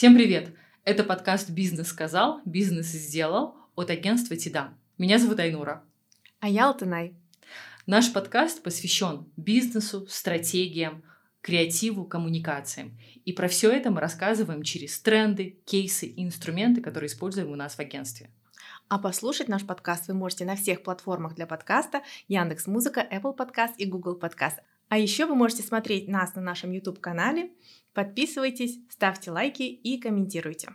Всем привет! Это подкаст «Бизнес сказал, бизнес сделал» от агентства Тидам. Меня зовут Айнура. А я Алтынай. Наш подкаст посвящен бизнесу, стратегиям, креативу, коммуникациям. И про все это мы рассказываем через тренды, кейсы и инструменты, которые используем у нас в агентстве. А послушать наш подкаст вы можете на всех платформах для подкаста: Яндекс.Музыка, Apple Podcast и Google Podcast. А еще вы можете смотреть нас на нашем YouTube-канале. Подписывайтесь, ставьте лайки и комментируйте.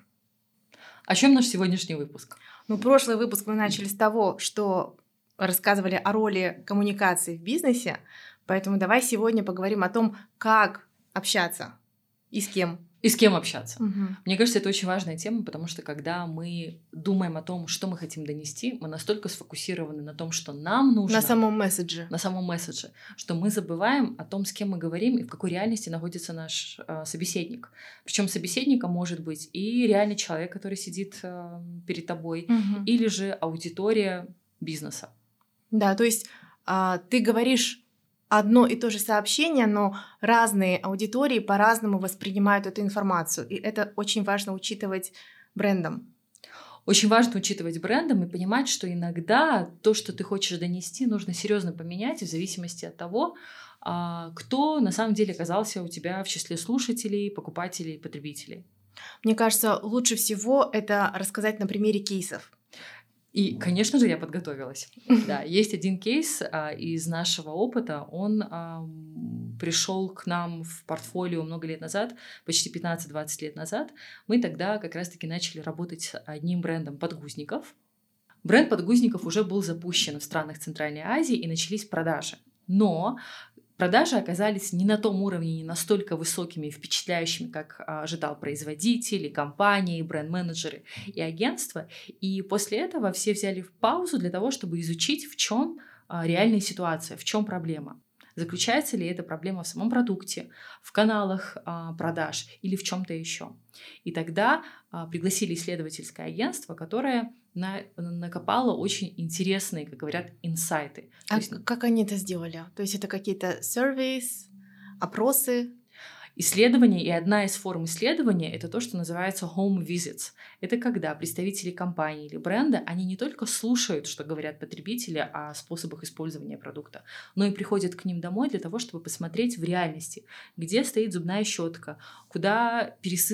О чем наш сегодняшний выпуск? Прошлый выпуск мы начали с того, что рассказывали о роли коммуникации в бизнесе, поэтому давай сегодня поговорим о том, как общаться и с кем. И с кем общаться. Угу. Мне кажется, это очень важная тема, потому что когда мы думаем о том, что мы хотим донести, мы настолько сфокусированы на том, что нам нужно. На самом месседже. Что мы забываем о том, с кем мы говорим и в какой реальности находится наш собеседник. Причем собеседником может быть и реальный человек, который сидит перед тобой, или же аудитория бизнеса. Да, то есть ты говоришь одно и то же сообщение, но разные аудитории по-разному воспринимают эту информацию. И это очень важно учитывать брендом. Очень важно учитывать брендом и понимать, что иногда то, что ты хочешь донести, нужно серьезно поменять в зависимости от того, кто на самом деле оказался у тебя в числе слушателей, покупателей, потребителей. Мне кажется, лучше всего это рассказать на примере кейсов. И, конечно же, я подготовилась. Да, есть один кейс из нашего опыта. Он пришел к нам в портфолио много лет назад, почти 15-20 лет назад. Мы тогда как раз-таки начали работать с одним брендом подгузников. Бренд подгузников уже был запущен в странах Центральной Азии, и начались продажи. Но продажи оказались не на том уровне, не настолько высокими и впечатляющими, как ожидал производитель, и компании, и бренд-менеджеры, и агентства. И после этого все взяли паузу для того, чтобы изучить, в чем реальная ситуация, в чем проблема. Заключается ли эта проблема в самом продукте, в каналах продаж или в чем-то еще. И тогда пригласили исследовательское агентство, которое накопало очень интересные, как говорят, инсайты. Как они это сделали? То есть это какие-то surveys, опросы? Исследования, и одна из форм исследования — это то, что называется home visits. Это когда представители компании или бренда, они не только слушают, что говорят потребители о способах использования продукта, но и приходят к ним домой для того, чтобы посмотреть в реальности, где стоит зубная щетка, куда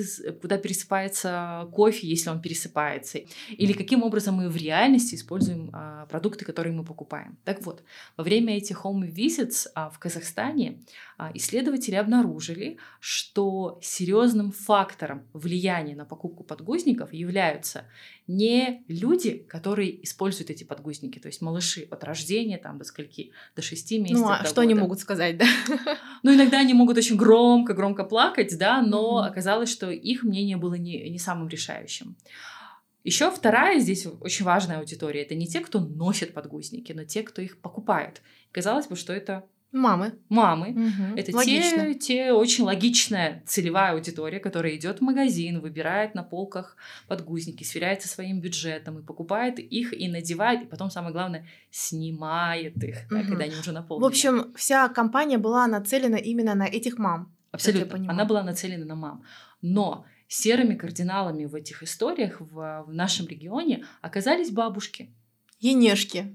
пересыпается кофе, если он пересыпается, или каким образом мы в реальности используем продукты, которые мы покупаем. Так вот, во время этих home visits в Казахстане исследователи обнаружили, что серьезным фактором влияния на покупку подгузников являются не люди, которые используют эти подгузники, то есть малыши от рождения до скольки, до 6 месяцев. А что они могут сказать, да? Иногда они могут очень громко плакать, да, но оказалось, что их мнение было не самым решающим. Еще вторая здесь очень важная аудитория — это не те, кто носит подгузники, но те, кто их покупает. Казалось бы, что это Мамы. Это те очень логичная целевая аудитория, которая идет в магазин, выбирает на полках подгузники, сверяется со своим бюджетом и покупает их, и надевает, и потом, самое главное, снимает их, когда они уже наполнены. В общем, вся компания была нацелена именно на этих мам. Абсолютно. Она была нацелена на мам. Но серыми кардиналами в этих историях в нашем регионе оказались бабушки. Енешки.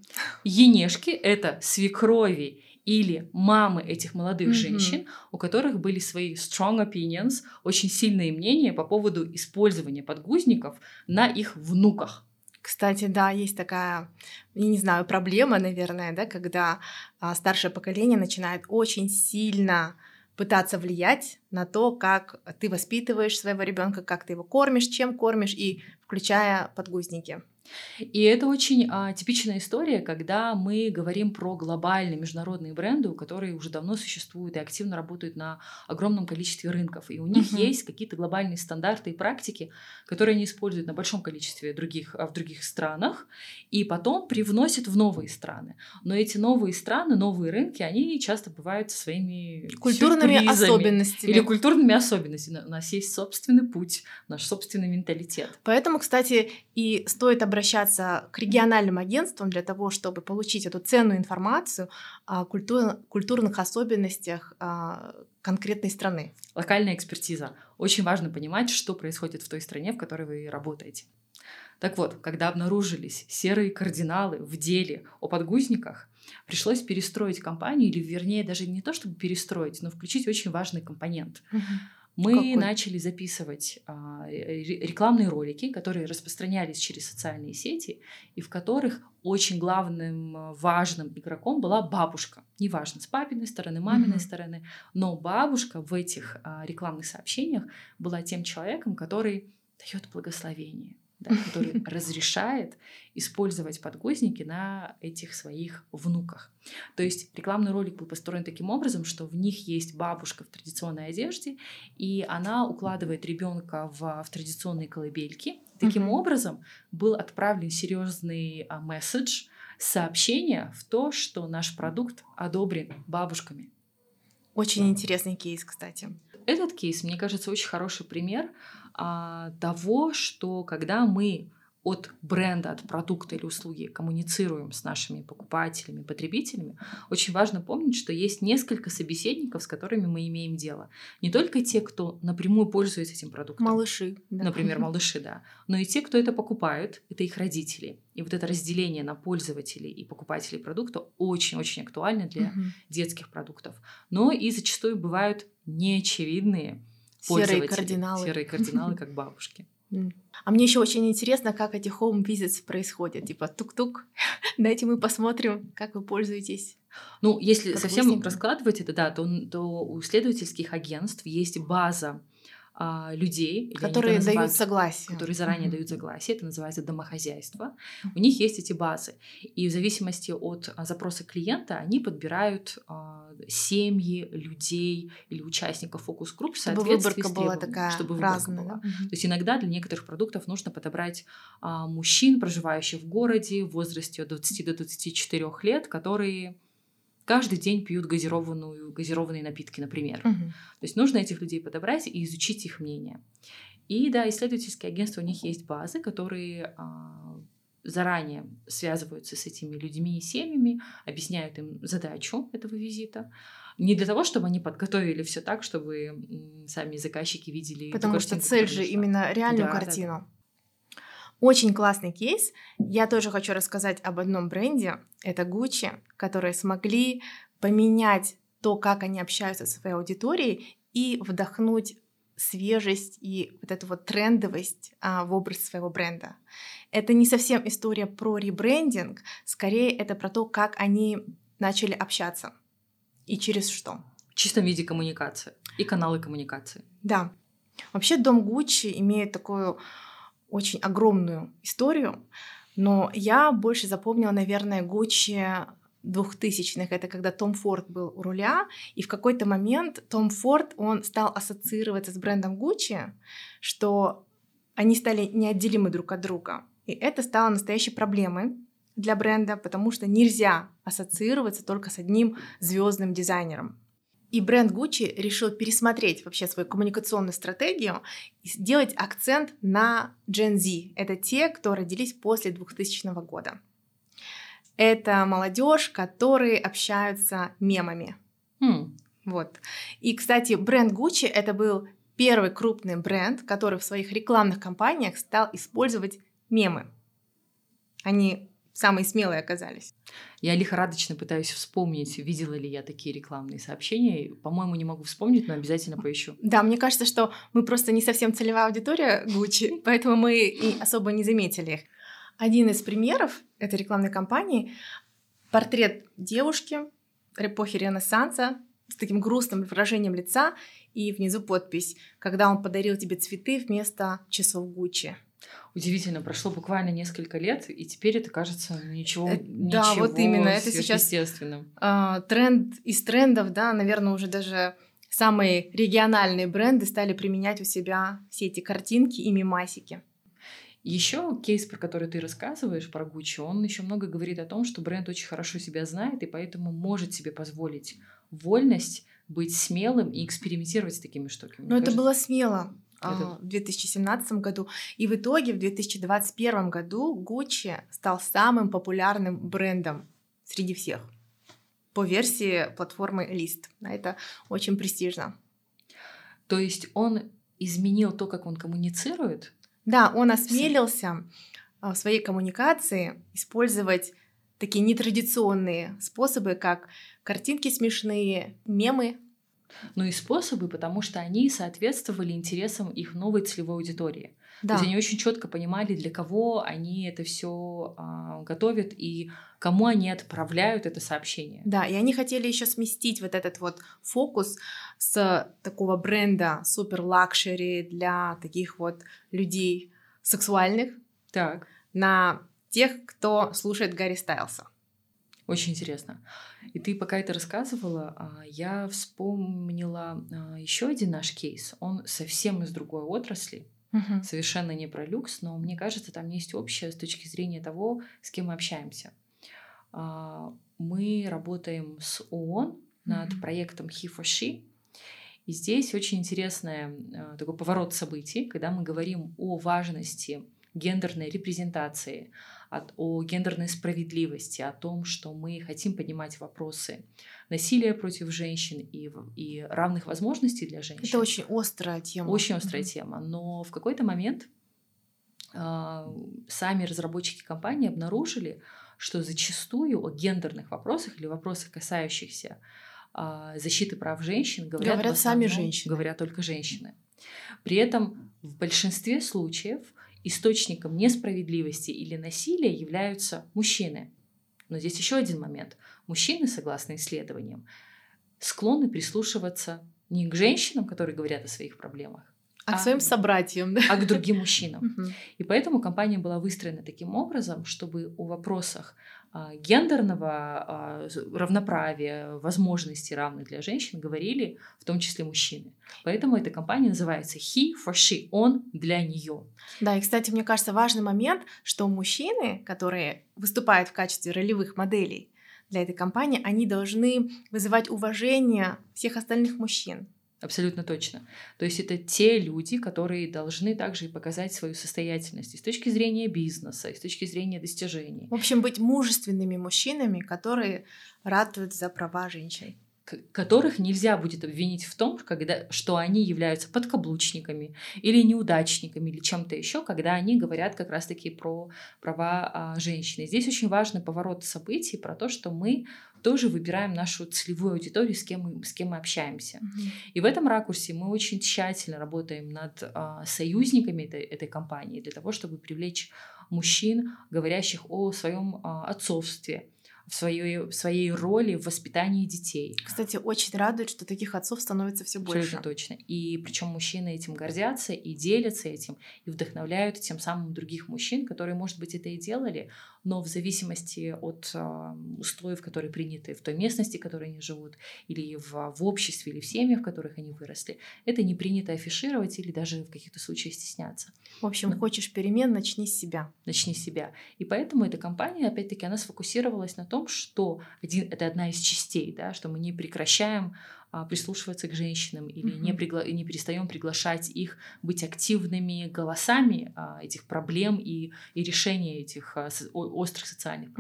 Это свекрови или мамы этих молодых женщин, у которых были свои strong opinions, очень сильные мнения по поводу использования подгузников на их внуках. Кстати, да, есть такая, я не знаю, проблема, наверное, да, когда старшее поколение начинает очень сильно пытаться влиять на то, как ты воспитываешь своего ребенка, как ты его кормишь, чем кормишь, и включая подгузники. И это очень типичная история, когда мы говорим про глобальные международные бренды, которые уже давно существуют и активно работают на огромном количестве рынков. И у них есть какие-то глобальные стандарты и практики, которые они используют на большом количестве в других странах, и потом привносят в новые страны. Но эти новые страны, новые рынки, они часто бывают со своими культурными особенностями. Или культурными особенностями. У нас есть собственный путь, наш собственный менталитет. Поэтому, кстати, и стоит обращаться к региональным агентствам для того, чтобы получить эту ценную информацию о культурных особенностях конкретной страны. Локальная экспертиза. Очень важно понимать, что происходит в той стране, в которой вы работаете. Так вот, когда обнаружились серые кардиналы в деле о подгузниках, пришлось перестроить компанию, или, вернее, даже не то, чтобы перестроить, но включить очень важный компонент. Мы начали записывать рекламные ролики, которые распространялись через социальные сети, и в которых очень главным важным игроком была бабушка. Неважно, с папиной стороны, маминой стороны, но бабушка в этих рекламных сообщениях была тем человеком, который дает благословение, да, который разрешает использовать подгузники на этих своих внуках. То есть рекламный ролик был построен таким образом, что в них есть бабушка в традиционной одежде, и она укладывает ребенка в традиционные колыбельки. Таким образом был отправлен серьезный месседж, сообщение в то, что наш продукт одобрен бабушками. Очень интересный кейс, кстати. Этот кейс, мне кажется, очень хороший пример того, что когда мы от бренда, от продукта или услуги коммуницируем с нашими покупателями, потребителями, очень важно помнить, что есть несколько собеседников, с которыми мы имеем дело. Не только те, кто напрямую пользуется этим продуктом. Малыши. Да. Например, малыши, да. Но и те, кто это покупают, это их родители. И вот это разделение на пользователей и покупателей продукта очень-очень актуально для детских продуктов. Но и зачастую бывают неочевидные серые кардиналы, как бабушки. А мне еще очень интересно, как эти home visits происходят. Типа тук-тук, дайте мы посмотрим, как вы пользуетесь. Ну, если совсем раскладывать это, да, то у исследовательских агентств есть база людей, которые дают согласие. Которые заранее дают согласие, это называется домохозяйство. У них есть эти базы. И в зависимости от запроса клиента они подбирают семьи, людей или участников фокус-групп в соответствии с требованиями, чтобы выборка была. То есть иногда для некоторых продуктов нужно подобрать мужчин, проживающих в городе в возрасте от 20 до 24 лет, которые каждый день пьют газированные напитки, например. То есть нужно этих людей подобрать и изучить их мнение. И да, исследовательские агентства, у них есть базы, которые заранее связываются с этими людьми и семьями, объясняют им задачу этого визита. Не для того, чтобы они подготовили все так, чтобы сами заказчики видели. Потому что цель же именно реальную картину. Очень классный кейс. Я тоже хочу рассказать об одном бренде. Это Gucci, которые смогли поменять то, как они общаются со своей аудиторией, и вдохнуть свежесть и вот эту вот трендовость в образ своего бренда. Это не совсем история про ребрендинг, скорее это про то, как они начали общаться и через что. В чистом виде коммуникации и каналы коммуникации. Да. Вообще дом Gucci имеет такую очень огромную историю, но я больше запомнила, наверное, Gucci 2000-х. Это когда Том Форд был у руля, и в какой-то момент Том Форд, он стал ассоциироваться с брендом Gucci, что они стали неотделимы друг от друга. И это стало настоящей проблемой для бренда, потому что нельзя ассоциироваться только с одним звездным дизайнером. И бренд Gucci решил пересмотреть вообще свою коммуникационную стратегию и сделать акцент на Gen Z. Это те, кто родились после 2000 года. Это молодежь, которые общаются мемами. Вот. И, кстати, бренд Gucci — это был первый крупный бренд, который в своих рекламных кампаниях стал использовать мемы. Они самые смелые оказались. Я лихорадочно пытаюсь вспомнить, видела ли я такие рекламные сообщения. По-моему, не могу вспомнить, но обязательно поищу. Да, мне кажется, что мы просто не совсем целевая аудитория Gucci, поэтому мы и особо не заметили их. Один из примеров этой рекламной кампании — портрет девушки эпохи Ренессанса с таким грустным выражением лица, и внизу подпись: «Когда он подарил тебе цветы вместо часов Gucci». Удивительно, прошло буквально несколько лет, и теперь это кажется ничего да, вот именно, это сейчас тренд из трендов, да, наверное, уже даже самые региональные бренды стали применять у себя все эти картинки и мемасики. Еще кейс, про который ты рассказываешь, про Gucci, он еще много говорит о том, что бренд очень хорошо себя знает и поэтому может себе позволить вольность быть смелым и экспериментировать с такими штуками. Но это было смело в 2017 году. И в итоге в 2021 году Gucci стал самым популярным брендом среди всех. по версии платформы List. Это очень престижно. То есть он изменил то, как он коммуницирует? Да, он осмелился в своей коммуникации использовать такие нетрадиционные способы, как картинки смешные, мемы. Ну и способы, потому что они соответствовали интересам их новой целевой аудитории. Да. То есть они очень четко понимали, для кого они это все готовят и кому они отправляют это сообщение. Да, и они хотели еще сместить вот этот вот фокус с такого бренда супер лакшери для таких вот людей сексуальных Так. на тех, кто слушает Гарри Стайлса. Очень интересно. И ты, пока это рассказывала, я вспомнила еще один наш кейс. Он совсем из другой отрасли, совершенно не про люкс, но мне кажется, там есть общее с точки зрения того, с кем мы общаемся. Мы работаем с ООН над проектом He for She. И здесь очень интересный такой поворот событий, когда мы говорим о важности гендерной репрезентации, о гендерной справедливости, о том, что мы хотим поднимать вопросы насилия против женщин и равных возможностей для женщин. Это очень острая тема. Очень острая тема. Но в какой-то момент сами разработчики компании обнаружили, что зачастую о гендерных вопросах или вопросах, касающихся защиты прав женщин, говорят сами женщины. Говорят только женщины. При этом в большинстве случаев источником несправедливости или насилия являются мужчины. Но здесь еще один момент. Мужчины, согласно исследованиям, склонны прислушиваться не к женщинам, которые говорят о своих проблемах, а к своим собратьям, да? А к другим мужчинам. И поэтому компания была выстроена таким образом, чтобы о вопросах гендерного равноправия, возможностей равных для женщин говорили в том числе мужчины. Поэтому эта компания называется He for She, он для нее. Да, и, кстати, мне кажется, важный момент, что мужчины, которые выступают в качестве ролевых моделей для этой компании, они должны вызывать уважение всех остальных мужчин. Абсолютно точно. То есть это те люди, которые должны также и показать свою состоятельность и с точки зрения бизнеса, и с точки зрения достижений. В общем, быть мужественными мужчинами, которые ратуют за права женщин. Которых нельзя будет обвинить в том, что они являются подкаблучниками или неудачниками или чем-то еще, когда они говорят как раз-таки про права женщин. И здесь очень важный поворот событий про то, что мы тоже выбираем нашу целевую аудиторию, с кем мы общаемся. И в этом ракурсе мы очень тщательно работаем над союзниками этой компании для того, чтобы привлечь мужчин, говорящих о своем отцовстве, в своей роли в воспитании детей. Кстати, очень радует, что таких отцов становится все больше. Абсолютно точно. И причем мужчины этим гордятся и делятся этим, и вдохновляют тем самым других мужчин, которые, может быть, это и делали, но в зависимости от устоев, которые приняты в той местности, в которой они живут, или в обществе, или в семьях, в которых они выросли, это не принято афишировать или даже в каких-то случаях стесняться. В общем, хочешь перемен, начни с себя. Начни с себя. И поэтому эта компания, опять-таки, она сфокусировалась на том, что это одна из частей, да, что мы не прекращаем прислушиваться к женщинам или не перестаем приглашать их быть активными голосами этих проблем и решения этих острых социальных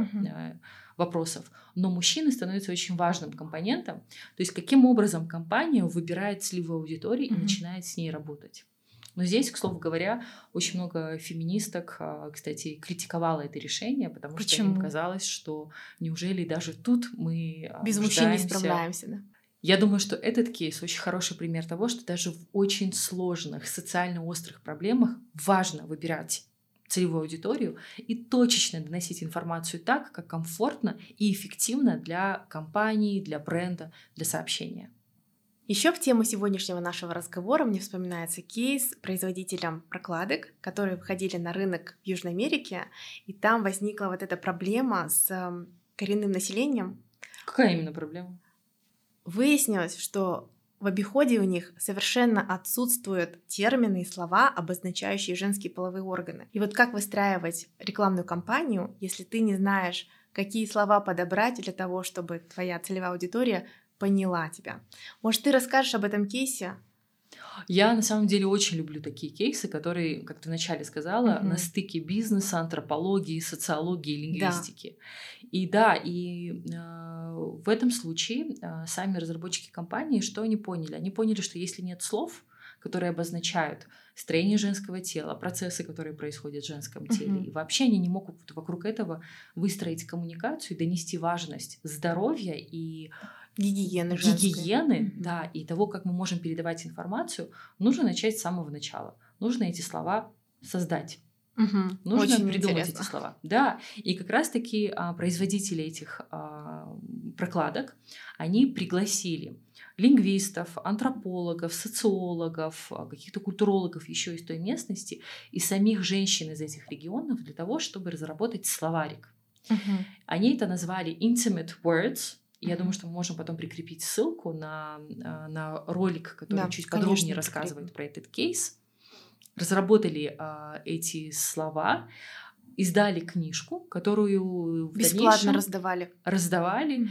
вопросов. Но мужчины становятся очень важным компонентом. То есть каким образом компания выбирает целевую аудиторию и начинает с ней работать. Но здесь, к слову говоря, очень много феминисток, кстати, критиковало это решение, потому что им казалось, что неужели даже тут мы без мужчин не справляемся, да? Я думаю, что этот кейс очень хороший пример того, что даже в очень сложных, социально острых проблемах важно выбирать целевую аудиторию и точечно доносить информацию так, как комфортно и эффективно для компании, для бренда, для сообщения. Еще в тему сегодняшнего нашего разговора мне вспоминается кейс производителям прокладок, которые выходили на рынок в Южной Америке, и там возникла вот эта проблема с коренным населением. Какая именно проблема? Выяснилось, что в обиходе у них совершенно отсутствуют термины и слова, обозначающие женские половые органы. И вот как выстраивать рекламную кампанию, если ты не знаешь, какие слова подобрать для того, чтобы твоя целевая аудитория поняла тебя. Может, ты расскажешь об этом кейсе? Я на самом деле очень люблю такие кейсы, которые, как ты вначале сказала, на стыке бизнеса, антропологии, социологии, лингвистики. Да. В этом случае сами разработчики компании, что они поняли? Они поняли, что если нет слов, которые обозначают строение женского тела, процессы, которые происходят в женском теле, и вообще они не могут вокруг этого выстроить коммуникацию, донести важность здоровья и гигиены, да, и того, как мы можем передавать информацию, нужно начать с самого начала. Нужно эти слова создать. Нужно Очень придумать интересно. эти слова. Да, и как раз-таки производители этих прокладок, они пригласили лингвистов, антропологов, социологов, каких-то культурологов еще из той местности и самих женщин из этих регионов для того, чтобы разработать словарик. Они это назвали Intimate Words. Я думаю, что мы можем потом прикрепить ссылку на ролик, который чуть подробнее рассказывает про этот кейс. Разработали эти слова, издали книжку, которую в бесплатно раздавали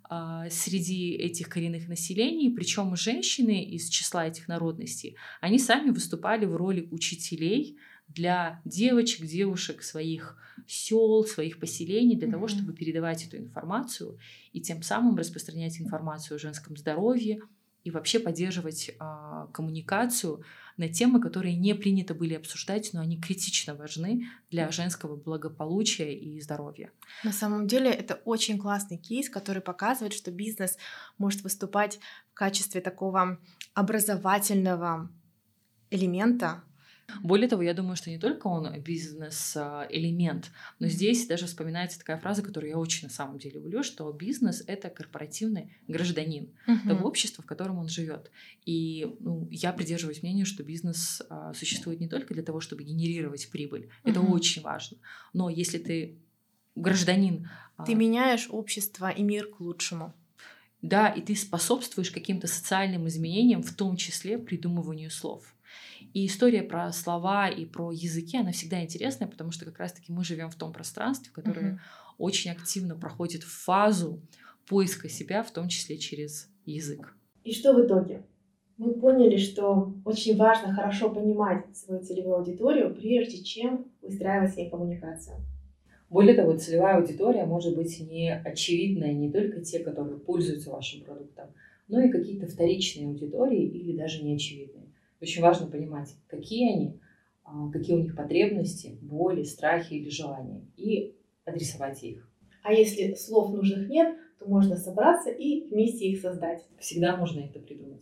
среди этих коренных населений. Причем женщины из числа этих народностей, они сами выступали в роли учителей для девочек, девушек своих сел, своих поселений, для того, чтобы передавать эту информацию и тем самым распространять информацию о женском здоровье и вообще поддерживать коммуникацию на темы, которые не принято были обсуждать, но они критично важны для женского благополучия и здоровья. На самом деле это очень классный кейс, который показывает, что бизнес может выступать в качестве такого образовательного элемента. Более того, я думаю, что не только он бизнес-элемент, но здесь даже вспоминается такая фраза, которую я очень на самом деле люблю, что бизнес — это корпоративный гражданин того общества, в котором он живет. И я придерживаюсь мнению, что бизнес существует не только для того, чтобы генерировать прибыль. Это очень важно. Но если ты гражданин... Ты меняешь общество и мир к лучшему. Да, и ты способствуешь каким-то социальным изменениям, в том числе придумыванию слов. И история про слова и про языки, она всегда интересная, потому что как раз-таки мы живем в том пространстве, которое очень активно проходит фазу поиска себя, в том числе через язык. И что в итоге? Мы поняли, что очень важно хорошо понимать свою целевую аудиторию, прежде чем выстраивать с ней коммуникацию. Более того, целевая аудитория может быть не очевидная, не только те, которые пользуются вашим продуктом, но и какие-то вторичные аудитории или даже неочевидные. Очень важно понимать, какие они, какие у них потребности, боли, страхи или желания, и адресовать их. А если слов нужных нет, то можно собраться и вместе их создать. Всегда можно это придумать.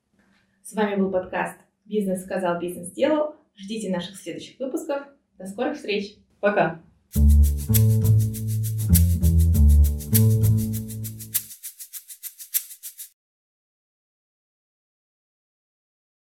С вами был подкаст «Бизнес сказал, бизнес сделал». Ждите наших следующих выпусков. До скорых встреч. Пока.